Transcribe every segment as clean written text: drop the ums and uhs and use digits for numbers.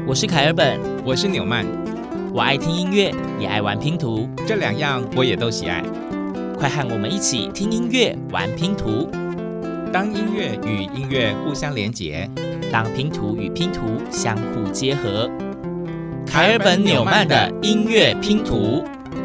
我是凯尔本， 我是纽曼。 我爱听音乐，也爱玩拼图， 这两样我也都喜爱。 快和我们一起听音乐，玩拼图。 当音乐与音乐互相连结， 当拼图与拼图相互结合。凯尔本纽曼的音乐拼图。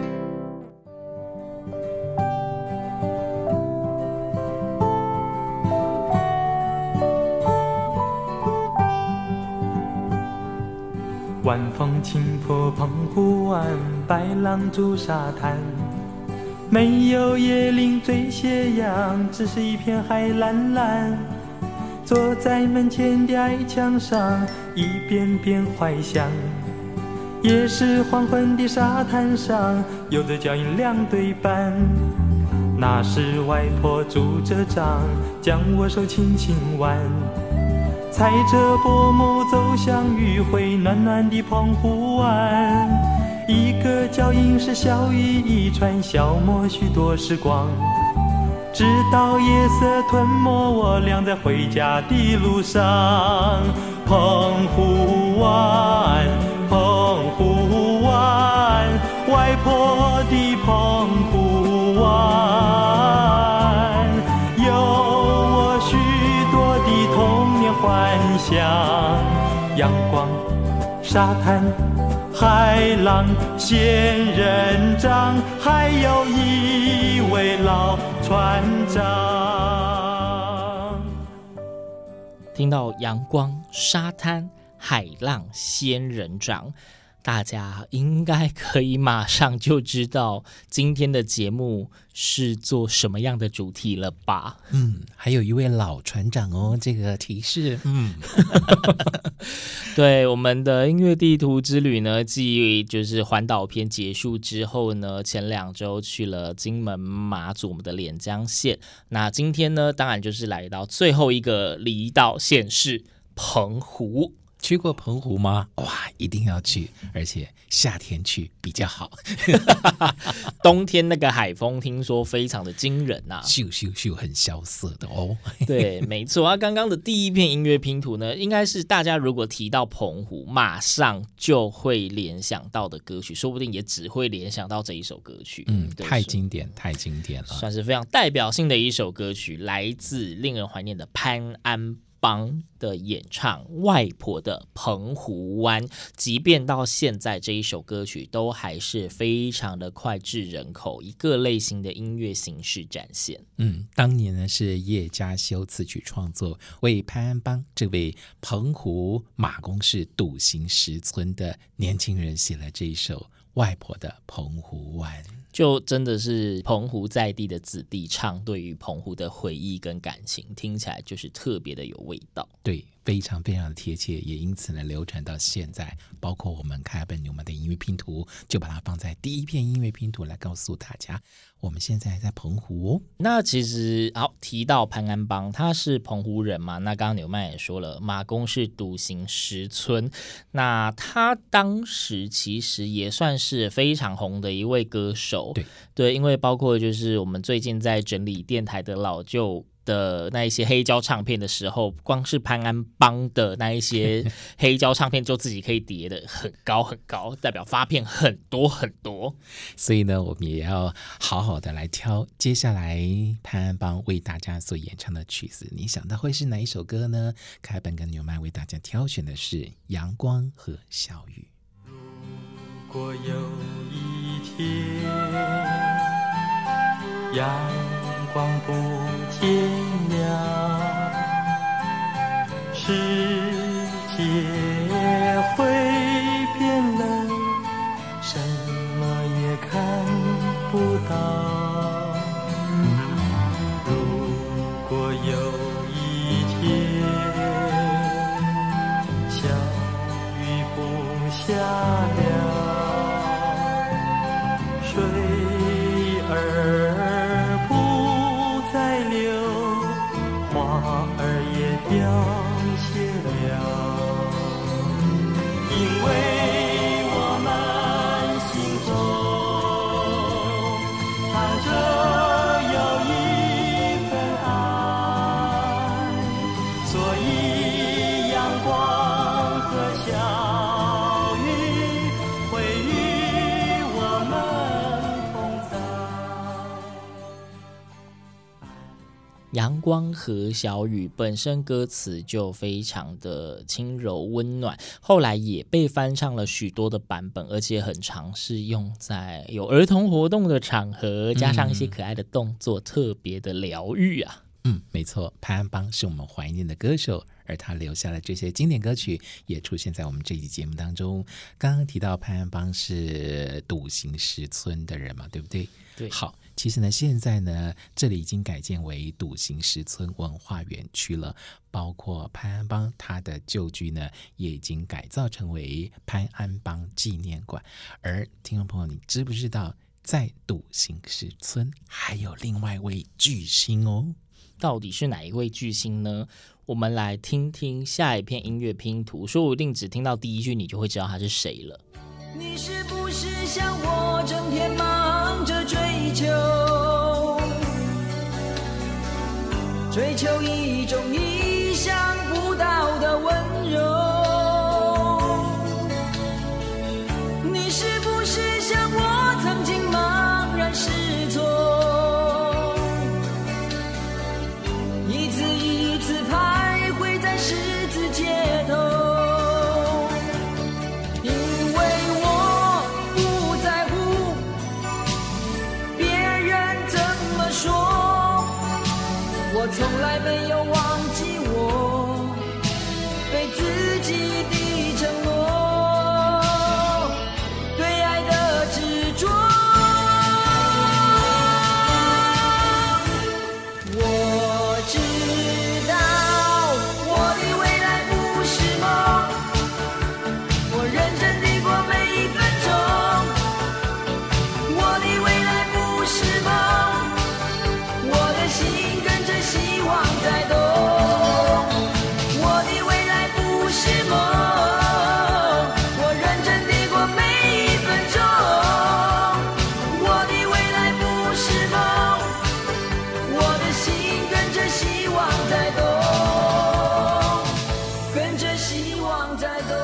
晚风轻拂澎湖湾，白浪逐沙滩，没有椰林缀斜阳，只是一片海蓝蓝。坐在门前的矮墙上，一遍遍怀想。也是黄昏的沙滩上，有着脚印两对半。那是外婆拄着杖，将我手轻轻挽。踩着薄暮走向余晖暖暖的澎湖湾，一个脚印是小雨一串，消磨许多时光，直到夜色吞没我俩在回家的路上。澎湖湾，澎湖湾，外婆的澎湖湾，有我许多的童年幻想，阳光、沙滩、海浪、仙人掌，还有一位老船长。 听到阳光、沙滩、海浪、仙人掌，大家应该可以马上就知道今天的节目是做什么样的主题了吧？ 还有一位老船长哦，这个提示， 对，我们的音乐地图之旅呢，继就是环岛篇结束之后呢，前2周去了金门、马祖，我们的连江县。那今天呢，当然就是来到最后一个离岛县市澎湖。 去过澎湖吗？哇，一定要去，而且夏天去比较好。 冬天那个海风听说非常的惊人啊， 咻咻咻，很萧瑟的哦。 对，没错。刚刚的第一片音乐拼图呢，应该是大家如果提到澎湖，马上就会联想到的歌曲，说不定也只会联想到这一首歌曲。 太经典，太经典了， 算是非常代表性的一首歌曲，来自令人怀念的潘安邦的演唱《外婆的澎湖湾》，即便到现在这一首歌曲都还是非常的脍炙人口，以各类型的音乐形式展现。 当年呢是叶嘉修词曲创作，为潘安邦这位澎湖马公市笃行石村的年轻人写了这一首《外婆的澎湖湾》。 就真的是澎湖在地的子弟唱，对于澎湖的回忆跟感情，听起来就是特别的有味道。 对，非常非常的贴切，也因此呢流传到现在。包括我们凯尔本纽曼的音乐拼图，就把它放在第一片音乐拼图来告诉大家，我们现在在澎湖哦。 那其实提到潘安邦，他是澎湖人嘛，那刚刚纽曼也说了，马公是笃行石村，那他当时其实也算是非常红的一位歌手。对，因为包括就是我们最近在整理电台的老旧的那一些黑胶唱片的时候，光是潘安邦的那一些黑胶唱片就自己可以叠的很高很高，代表发片很多很多。 所以呢，我们也要好好的来挑接下来潘安邦为大家所演唱的曲子，你想到会是哪一首歌呢？凯尔本跟纽曼为大家挑选的是《阳光和小雨》。 如果有一天阳光不见了，世界会变了，什么也看不到。如果有一天小雨不下了，水儿不再流，花儿也凋谢了，因为我们心中藏着有一份爱，所以阳光和小阳光和小雨本身歌词就非常的轻柔温暖，后来也被翻唱了许多的版本，而且很常是用在有儿童活动的场合，加上一些可爱的动作，特别的疗愈啊。 没错，潘安邦是我们怀念的歌手，而他留下的这些经典歌曲也出现在我们这期节目当中。刚刚提到潘安邦是笃行石村的人嘛，对不对？ 对。 好，其实呢，现在呢，这里已经改建为笃行石村文化园区了，包括潘安邦他的旧居呢，也已经改造成为潘安邦纪念馆。而听众朋友，你知不知道，在笃行石村还有另外一位巨星哦？ 到底是哪一位巨星呢？我们来听听下一片音乐拼图，说不定只听到第一句你就会知道他是谁了。 你是不是像我整天忙着追求一种意想不到的温柔？你是不是像我曾经茫然失措，一次一次徘徊在十字街头？因为我不在乎别人怎么说，我从来没有忘记我对自己的承诺，对爱的执着。我知道我的未来不是梦，我认真地过每一分钟。我的未来不是梦，我的心跟着希望在动。我的未来不是梦，我认真地过每一分钟。我的未来不是梦，我的心跟着希望在动，跟着希望在动。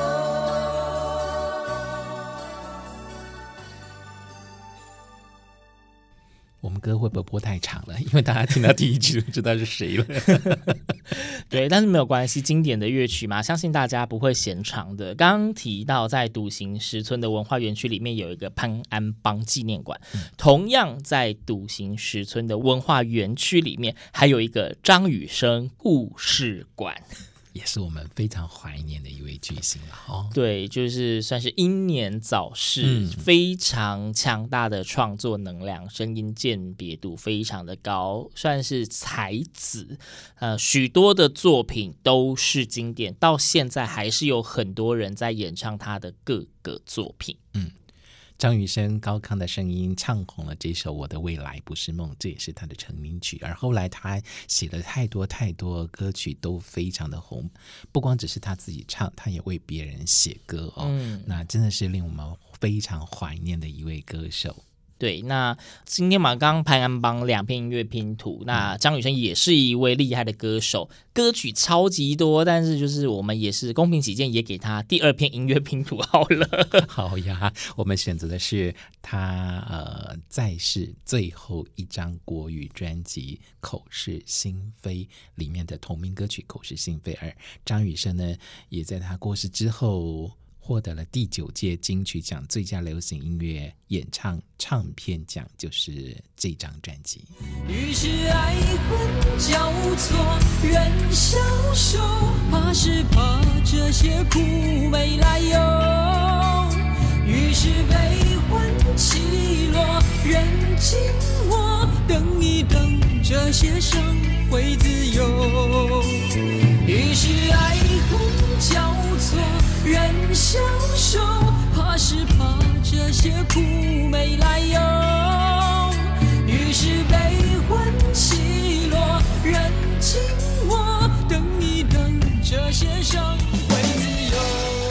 我们歌会不会播太长了？因为大家听到第一句就知道是谁了。 对，但是没有关系，经典的乐曲嘛，相信大家不会嫌长的。刚刚提到在笃行石村的文化园区里面有一个潘安邦纪念馆，同样在笃行石村的文化园区里面还有一个张雨生故事馆， 也是我们非常怀念的一位巨星了哦。 对，就是算是英年早逝，非常强大的创作能量，声音鉴别度非常的高，算是才子。许多的作品都是经典，到现在还是有很多人在演唱他的各个作品。 张雨生高亢的声音唱红了这首《我的未来不是梦》，这也是他的成名曲。而后来他写了太多歌曲都非常的红，不光只是他自己唱，他也为别人写歌哦。那真的是令我们非常怀念的一位歌手。 对，那今天嘛，刚刚潘安邦两片音乐拼图，那张雨生也是一位厉害的歌手，歌曲超级多，但是就是我们也是公平起见，也给他第二片音乐拼图好了。 好呀，我们选择的是他在世最后一张国语专辑《口是心非》里面的同名歌曲《口是心非》，而张雨生呢，也在他过世之后获得了第9届金曲奖最佳流行音乐演唱唱片奖，就是这张专辑。 于是爱恨交错，人消瘦，怕是怕这些苦没来由。于是悲欢起落，人静我，等一等，这些伤会自由。于是爱恨交错，人消瘦，怕是怕这些苦没来由。于是悲欢起落，人静我，等一等，这些伤会自由。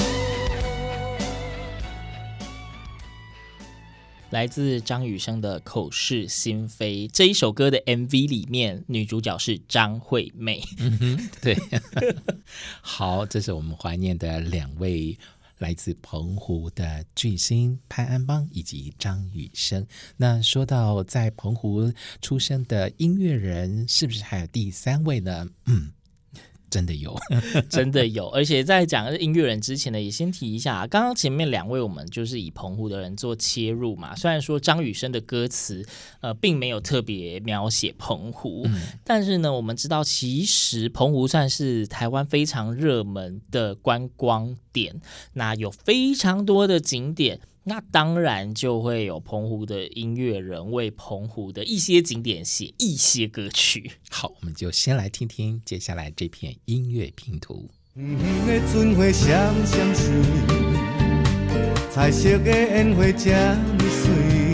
来自张雨生的《口是心非》这一首歌的 MV 里面，女主角是张惠妹。 对，好，这是我们怀念的两位来自澎湖的巨星潘安邦以及张雨生。那说到在澎湖出生的音乐人，是不是还有第3位呢？真的有真的有。而且在讲音乐人之前呢，也先提一下，刚刚前面2位我们就是以澎湖的人做切入嘛。虽然说张雨生的歌词并没有特别描写澎湖，但是呢我们知道其实澎湖算是台湾非常热门的观光点，那有非常多的景点，那当然就会有澎湖的音乐人为澎湖的一些景点写一些歌曲。 好，我们就先来听听接下来这片音乐拼图。 的春花闪闪水，彩色的烟花这么水，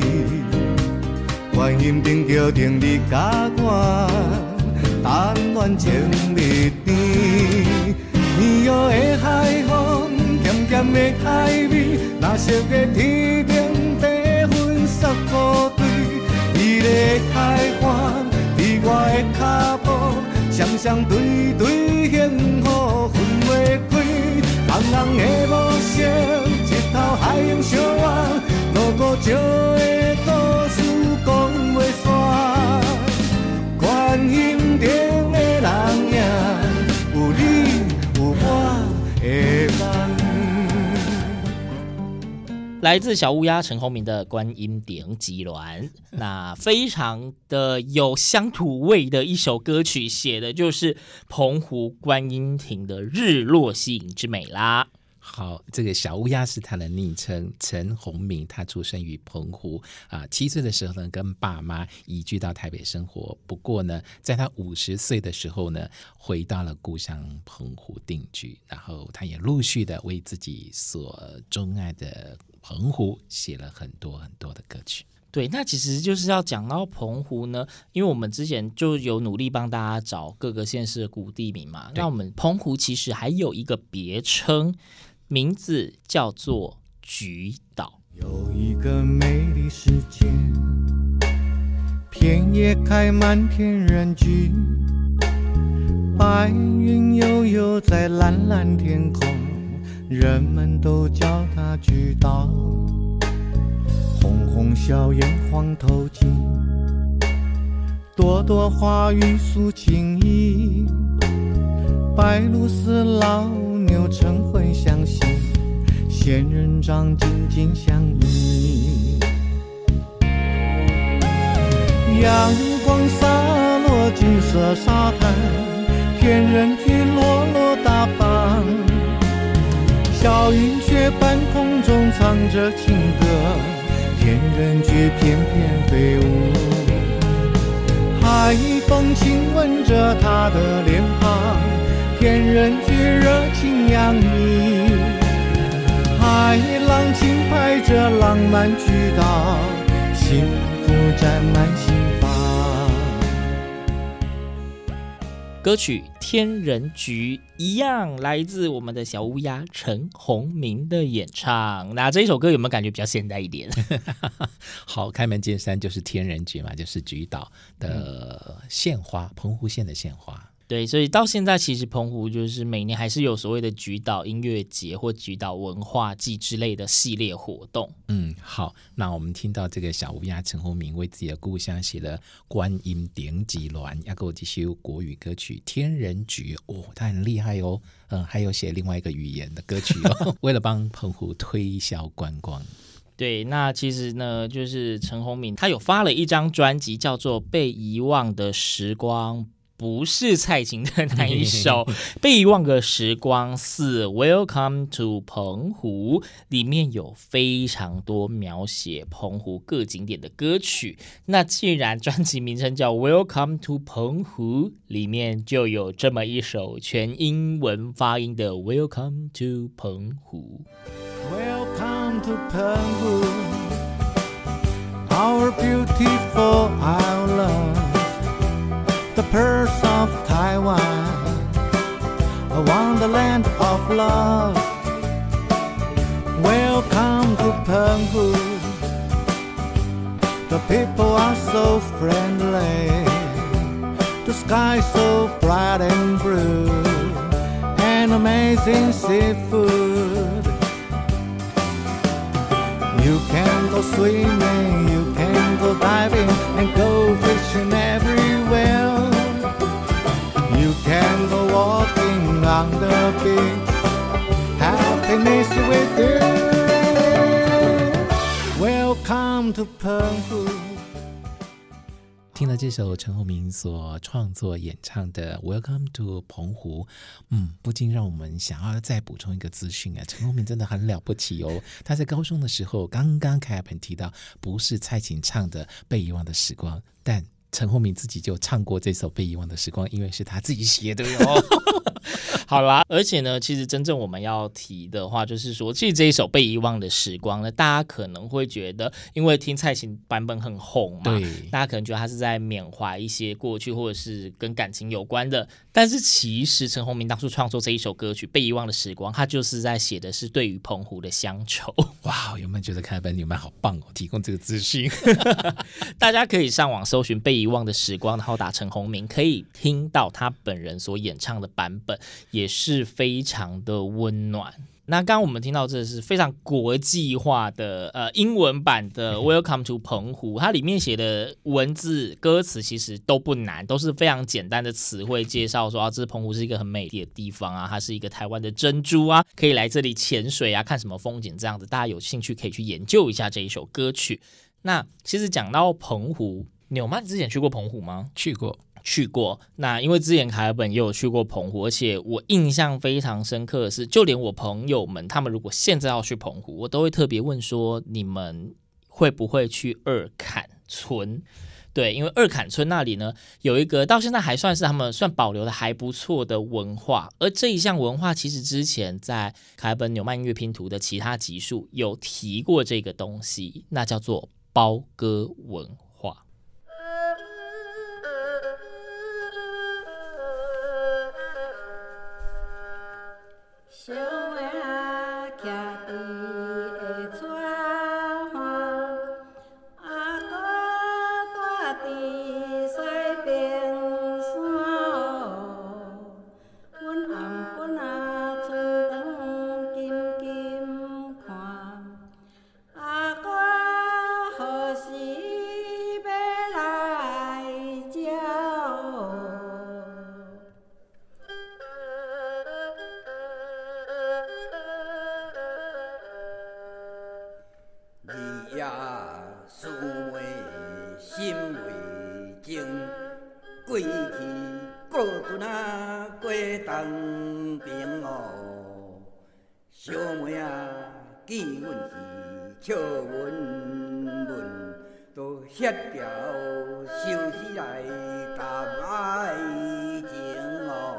我心中叫停你甲我谈恋情蜜甜，年幼的海风，咸咸的海味，蓝色的天顶白云散作对，你的海岸，你我的脚步，双双对对幸福分袂开，红红的雾色，一头海洋相望，路过石的故事讲袂煞，关心中的人影，有你有我的梦。 来自小乌鸦陈鸿明的观音顶鸡鸾，那非常的有乡土味的一首歌曲，写的就是澎湖观音亭的日落西影之美啦。 好，这个小乌鸦是他的昵称，陈鸿明，他出生于澎湖7岁的时候呢，跟爸妈移居到台北生活。不过呢，在他50岁的时候呢，回到了故乡澎湖定居，然后他也陆续的为自己所钟爱的澎湖写了很多很多的歌曲。 对，那其实就是要讲到澎湖呢，因为我们之前就有努力帮大家找各个县市的古地名嘛，那我们澎湖其实还有一个别称，名字叫做菊岛。 有一个美丽世界，片叶开满天然菊，白云悠悠在蓝蓝天空，人们都叫它菊岛。红红笑颜黄头巾，朵朵花语诉情意，白鹭鸶老牛晨昏相惜，仙人掌紧紧相依。阳光洒落金色沙滩，天人菊落落大方，小云雀半空中唱着情歌，天人菊翩翩飞舞，海风亲吻着她的脸庞，天人菊热情洋溢，海浪轻拍着浪漫菊岛，幸福沾满心房。 歌曲《天人菊》一样来自我们的小乌鸦陈鸿明的演唱。那这一首歌有没有感觉比较现代一点？ 好，开门见山就是天人菊嘛，就是菊岛的县花，澎湖县的县花。 对，所以到现在其实澎湖就是每年还是有所谓的菊岛音乐节或菊岛文化季之类的系列活动。 好，那我们听到这个小乌鸦陈鸿明为自己的故乡写了《观音顶鸡鸾》，也有这首国语歌曲《天人菊》他很厉害哦。还有写另外一个语言的歌曲哦，为了帮澎湖推销观光。 对，那其实呢，就是陈鸿明他有发了一张专辑，叫做《被遗忘的时光》。不是蔡琴的那一首被遗忘的时光4 Welcome to 澎湖，里面有非常多描写澎湖各景点的歌曲。那既然专辑名称叫 Welcome to 澎湖，里面就有这么一首全英文发音的 Welcome to 澎湖。 Welcome to 澎湖 Our beautiful island，The pearls of Taiwan, a wonderland of love. Welcome to Penghu. The people are so friendly. The sky so bright and blue. And amazing seafood You can go swimming, you can go diving, and go fishing everywhere. You can go walking on the beach, happiness with you. Welcome to 澎湖。 听了这首陈鸿明所创作演唱的 Welcome to 澎湖，不禁让我们想要再补充一个资讯啊，陈鸿明真的很了不起哦。他在高中的时候，刚刚凯尔本提到，不是蔡琴唱的《被遗忘的时光》，但陈鸿明自己就唱过这首《被遗忘的时光》，因为是他自己写的哟。 好啦，而且呢，其实真正我们要提的话，就是说，其实这一首《被遗忘的时光》呢，大家可能会觉得，因为听蔡琴版本很红嘛， 对， 大家可能觉得他是在缅怀一些过去，或者是跟感情有关的。但是其实陈鸿明当初创作这一首歌曲《被遗忘的时光》，他就是在写的是对于澎湖的乡愁。 哇，有没有觉得凯尔本你们好棒哦，提供这个资讯？ 大家可以上网搜寻《被遗忘的时光》，然后打陈鸿明，可以听到他本人所演唱的版本，也是非常的温暖。那刚刚我们听到这是非常国际化的英文版的 Welcome to 澎湖，它里面写的文字歌词其实都不难，都是非常简单的词汇介绍说这澎湖是一个很美丽的地方啊，它是一个台湾的珍珠啊，可以来这里潜水啊，看什么风景这样子，大家有兴趣可以去研究一下这一首歌曲。那其实讲到澎湖，纽曼之前去过澎湖吗？去过。那因为之前凯尔本也有去过澎湖，而且我印象非常深刻的是，就连我朋友们他们如果现在要去澎湖，我都会特别问说，你们会不会去二坎村？对，因为二坎村那里呢，有一个到现在还算是他们算保留的还不错的文化，而这一项文化其实之前在凯尔本纽曼音乐拼图的其他集数有提过这个东西，那叫做包歌文化。 小妹啊，徛伫个纸花，阿哥住伫西边山。阮红棍啊，春长金金看，阿哥何时要来照？ 日夜思妹心为情，过去过阵啊过东边哦，小妹啊见阮是笑文文，都ฮ็条收起来甘爱情哦。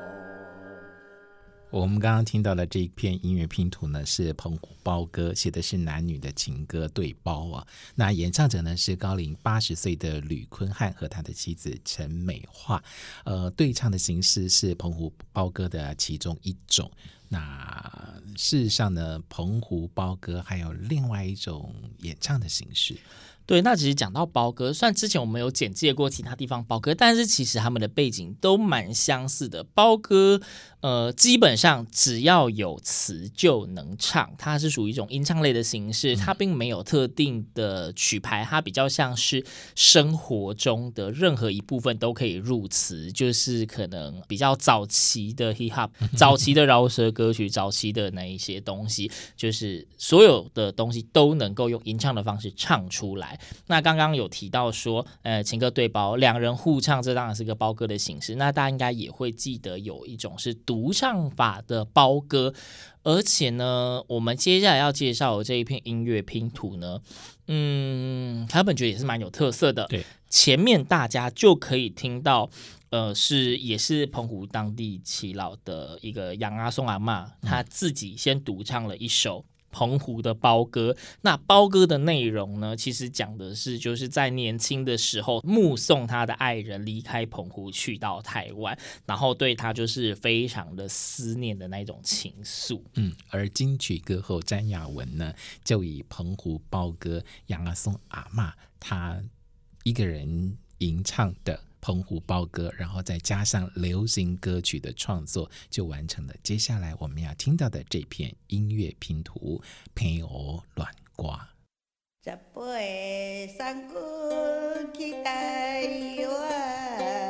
我们刚刚听到的这一片音乐拼图呢，是澎湖包歌，写的是男女的情歌对包啊。那演唱者呢是高龄80岁的吕坤汉和他的妻子陈美桦。对唱的形式是澎湖包歌的其中一种。那事实上呢，澎湖包歌还有另外一种演唱的形式。 对，那其实讲到包歌，虽然之前我们有简介过其他地方包歌，但是其实他们的背景都蛮相似的。包歌基本上只要有词就能唱，它是属于一种吟唱类的形式，它并没有特定的曲牌，它比较像是生活中的任何一部分都可以入词，就是可能比较早期的 hip hop 早期的饶舌歌曲，早期的那一些东西，就是所有的东西都能够用吟唱的方式唱出来。那刚刚有提到说情歌对包，两人互唱，这当然是个包歌的形式。那大家应该也会记得有一种是独唱法的包歌，而且呢，我们接下来要介绍的这一片音乐拼图呢，凯尔本觉得也是蛮有特色的。 对， 前面大家就可以听到也是澎湖当地耆老的一个杨阿松阿嬷，他自己先独唱了一首澎湖的包歌。那包歌的内容呢，其实讲的是就是在年轻的时候目送他的爱人离开澎湖去到台湾，然后对他就是非常的思念的那种情愫。 而金曲歌后詹雅雯呢，就以澎湖包歌杨阿松阿嬷他一个人吟唱的澎湖包歌，然后再加上流行歌曲的创作，就完成了接下来我们要听到的这片音乐拼图《平湖乱歌》。 十八个送君去台湾，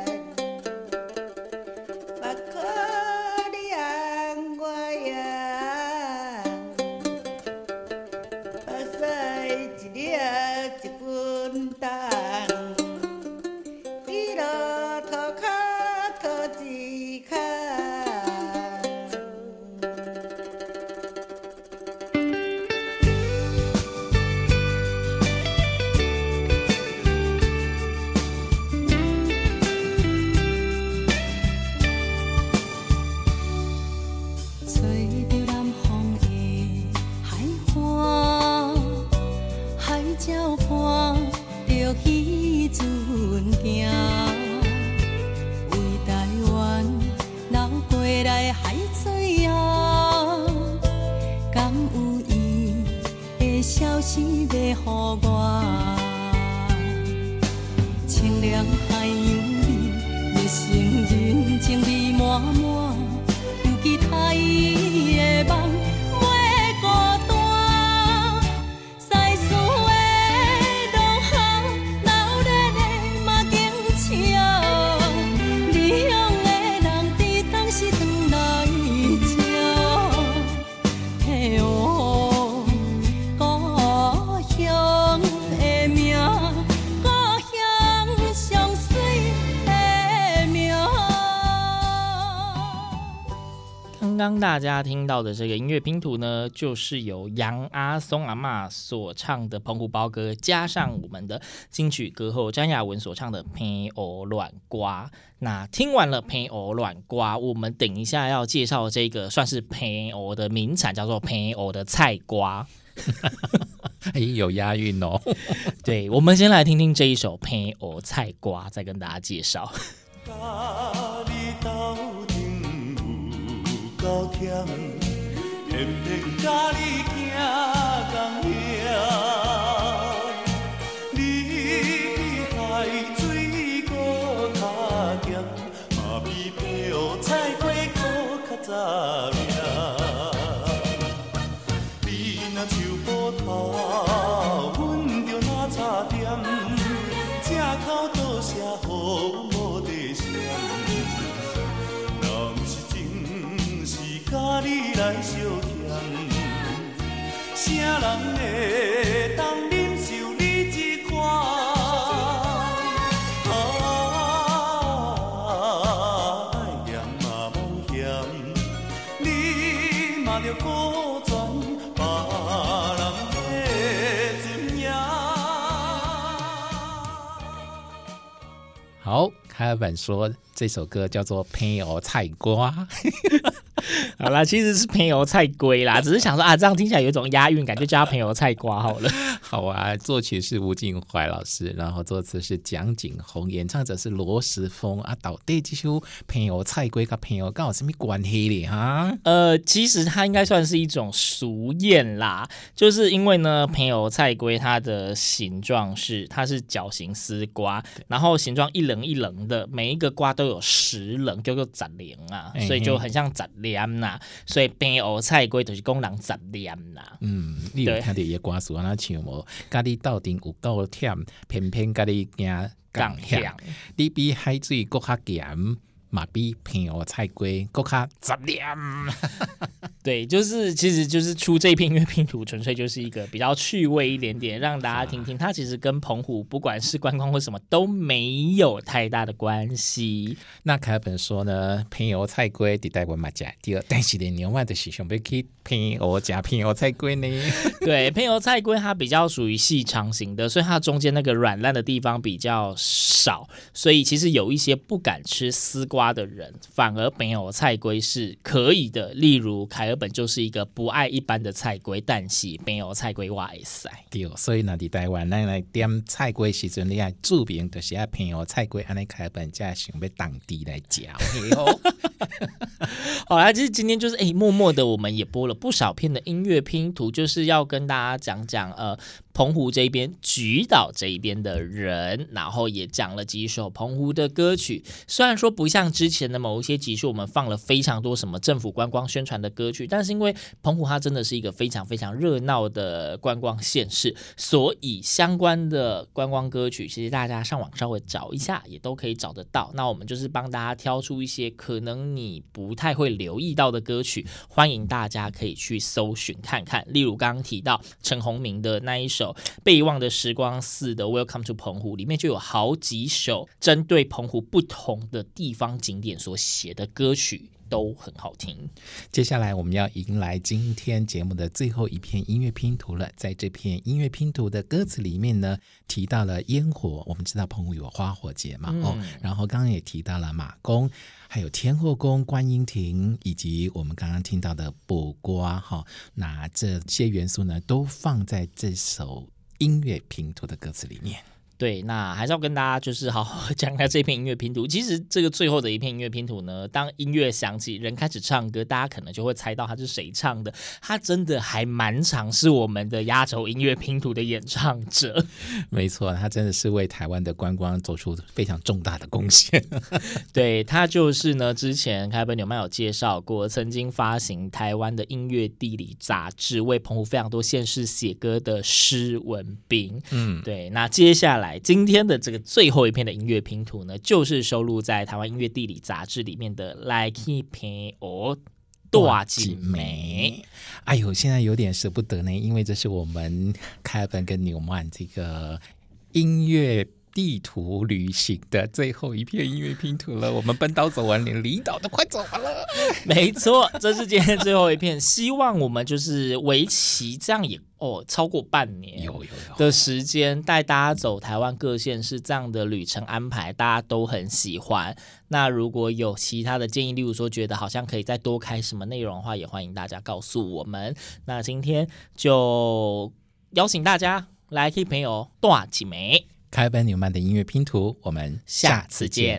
目可怜我呀，目屎一粒一滚蛋，滴落涂骹涂一骹。 消息要予我，清凉海洋里，热情人情味满满，犹记他伊的梦袂孤单。西施的浪下，闹热的马景笑，离乡的人伫当时转来照，嘿哦。 刚刚大家听到的这个音乐拼图呢，就是由杨阿松阿嬷所唱的澎湖包歌，加上我们的金曲歌后詹雅雯所唱的澎湖卵瓜。那听完了澎湖卵瓜，我们等一下要介绍这个算是澎湖的名产，叫做澎湖的菜瓜。 有押韵哦。 对，我们先来听听这一首澎湖菜瓜，再跟大家介绍。够甜，偏偏甲你行共遐，你比海水搁较咸，嘛比澎湖菜瓜搁较早命。你若手捕头，阮就哪差点，正口倒写予无地声。甲你来相欠，啥人会当忍受你这款？爱嫌嘛妄嫌，你嘛着孤全别人的尊严。 好，凯尔本说这首歌叫做《澎湖菜瓜》。 好啦，其实是澎湖菜龟啦，只是想说啊，这样听起来有一种押韵感，就叫它澎湖菜瓜好了。 好啊，作曲是吴敬怀老师，然后作词是蒋景宏，演唱者是罗时丰啊。到底这首澎湖菜龟跟澎湖跟有什么关系呢？哈， 其实它应该算是一种俗谚啦，就是因为呢，澎湖菜龟它的形状它是角形丝瓜，然后形状一棱一棱的，每一个瓜都有10棱，叫做10棱啊，所以就很像10粒啦，所以澎湖菜龟就是讲人10粒啦。 你有听到伊的歌词安那唱无？甲你斗阵有够忝，偏偏甲你行更险。你比海水搁较咸，嘛比澎湖菜瓜搁较10粒。 对，其实就是出这片音乐拼图，纯粹就是一个比较趣味一点点，让大家听听。它其实跟澎湖不管是观光或什么都没有太大的关系。 那凯尔本说呢，澎湖菜瓜伫台湾嘛食到，但是呢，另外就是想要去澎湖食澎湖菜瓜呢。 对，澎湖菜龟它比较属于细长型的，所以它中间那个软烂的地方比较少，所以其实有一些不敢吃丝瓜的人，反而澎湖菜龟是可以的。例如凯尔本就是一个不爱一般的菜龟，但是澎湖菜龟我会使。 对，所以那伫台湾咱来点菜龟时阵，你爱注明就是要澎湖菜龟，安尼凯尔本才想要当地来食。 好啦，其实今天就是默默的我们也播了不少片的音乐拼图，就是要跟大家讲讲澎湖这边菊岛这一边的人，然后也讲了几首澎湖的歌曲。虽然说不像之前的某一些集数我们放了非常多什么政府观光宣传的歌曲，但是因为澎湖它真的是一个非常非常热闹的观光县市，所以相关的观光歌曲其实大家上网稍微找一下也都可以找得到。那我们就是帮大家挑出一些可能你不太会留意到的歌曲，欢迎大家可以去搜寻看看。例如刚刚提到陈鸿明的那一首被遗忘的时光寺的 Welcome to 澎湖，里面就有好几首针对澎湖不同的地方景点所写的歌曲，都很好听。 接下来我们要迎来今天节目的最后一片音乐拼图了。在这片音乐拼图的歌词里面呢，提到了烟火，我们知道澎湖有花火节嘛，然后刚刚也提到了马公，还有天后宫、观音亭，以及我们刚刚听到的卜瓜，那这些元素呢都放在这首音乐拼图的歌词里面。 对，那还是要跟大家就是好好讲一下这片音乐拼图。其实这个最后的一片音乐拼图呢，当音乐响起，人开始唱歌，大家可能就会猜到他是谁唱的。他真的还蛮常是我们的压轴音乐拼图的演唱者。 没错，他真的是为台湾的观光做出非常重大的贡献。 对，他就是呢，之前开本纽曼有介绍过，曾经发行台湾的音乐地理杂志，为澎湖非常多县市写歌的施文彬。对，那接下来今天的这个最后一片的音乐拼图呢，就是收录在台湾音乐地理杂志里面的来去澎湖大景美。 哎呦，现在有点舍不得呢，因为这是我们开本跟纽曼这个音乐地图旅行的最后一片音乐拼图了。我们本岛走完，连离岛都快走完了。 没错，这是今天最后一片。希望我们就是为期这样也超过半年的时间，带大家走台湾各县市这样的旅程安排，大家都很喜欢。那如果有其他的建议，例如说觉得好像可以再多开什么内容的话，也欢迎大家告诉我们。那今天就邀请大家来去朋友大景美开本纽曼的音乐拼图，我们下次见。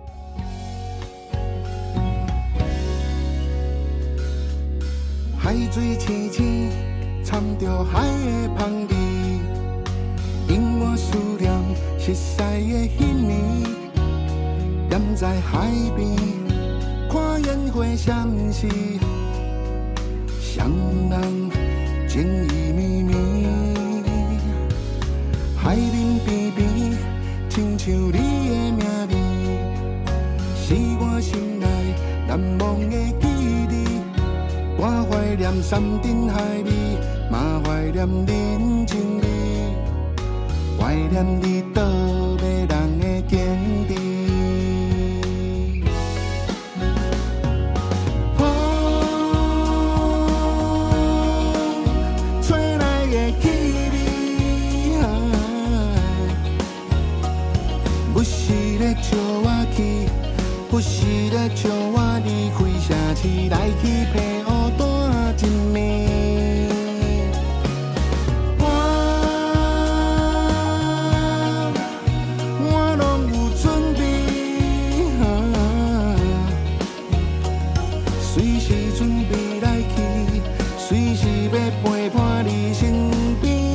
海水清清，掺着海的香味，引我思念熟悉的彼年。踮在海边，看烟火闪烁，双人情意绵绵。海面边边，亲像你的名字，是我心内难忘的记忆。我怀念山珍海味，嘛怀念人情味，怀念你倒迷人的境地。风吹来的气味，不是咧招我去，不是咧招我离开城市，来去澎湖。我拢有准备，随时准备来去，随时要陪伴你身边。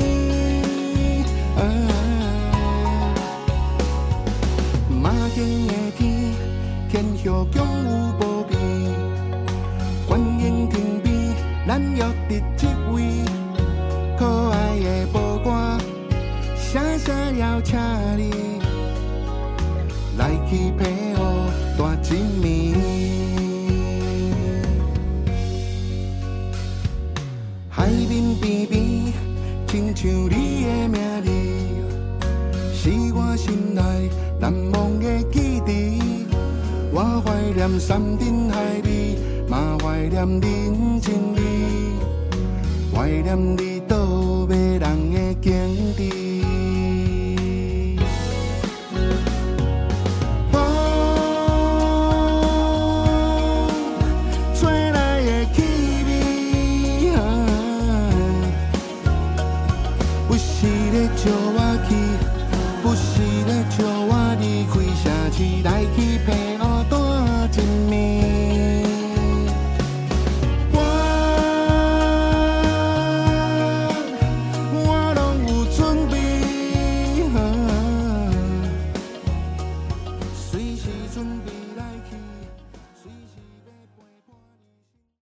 马经的天，天后宫有无边，观音亭边，咱约伫这位，可爱的报歌，声声邀请你来去澎湖大景美。海面边边，亲像你的名字，是我心内难忘的记忆。我怀念山珍海味，嘛怀念人情味，怀念你倒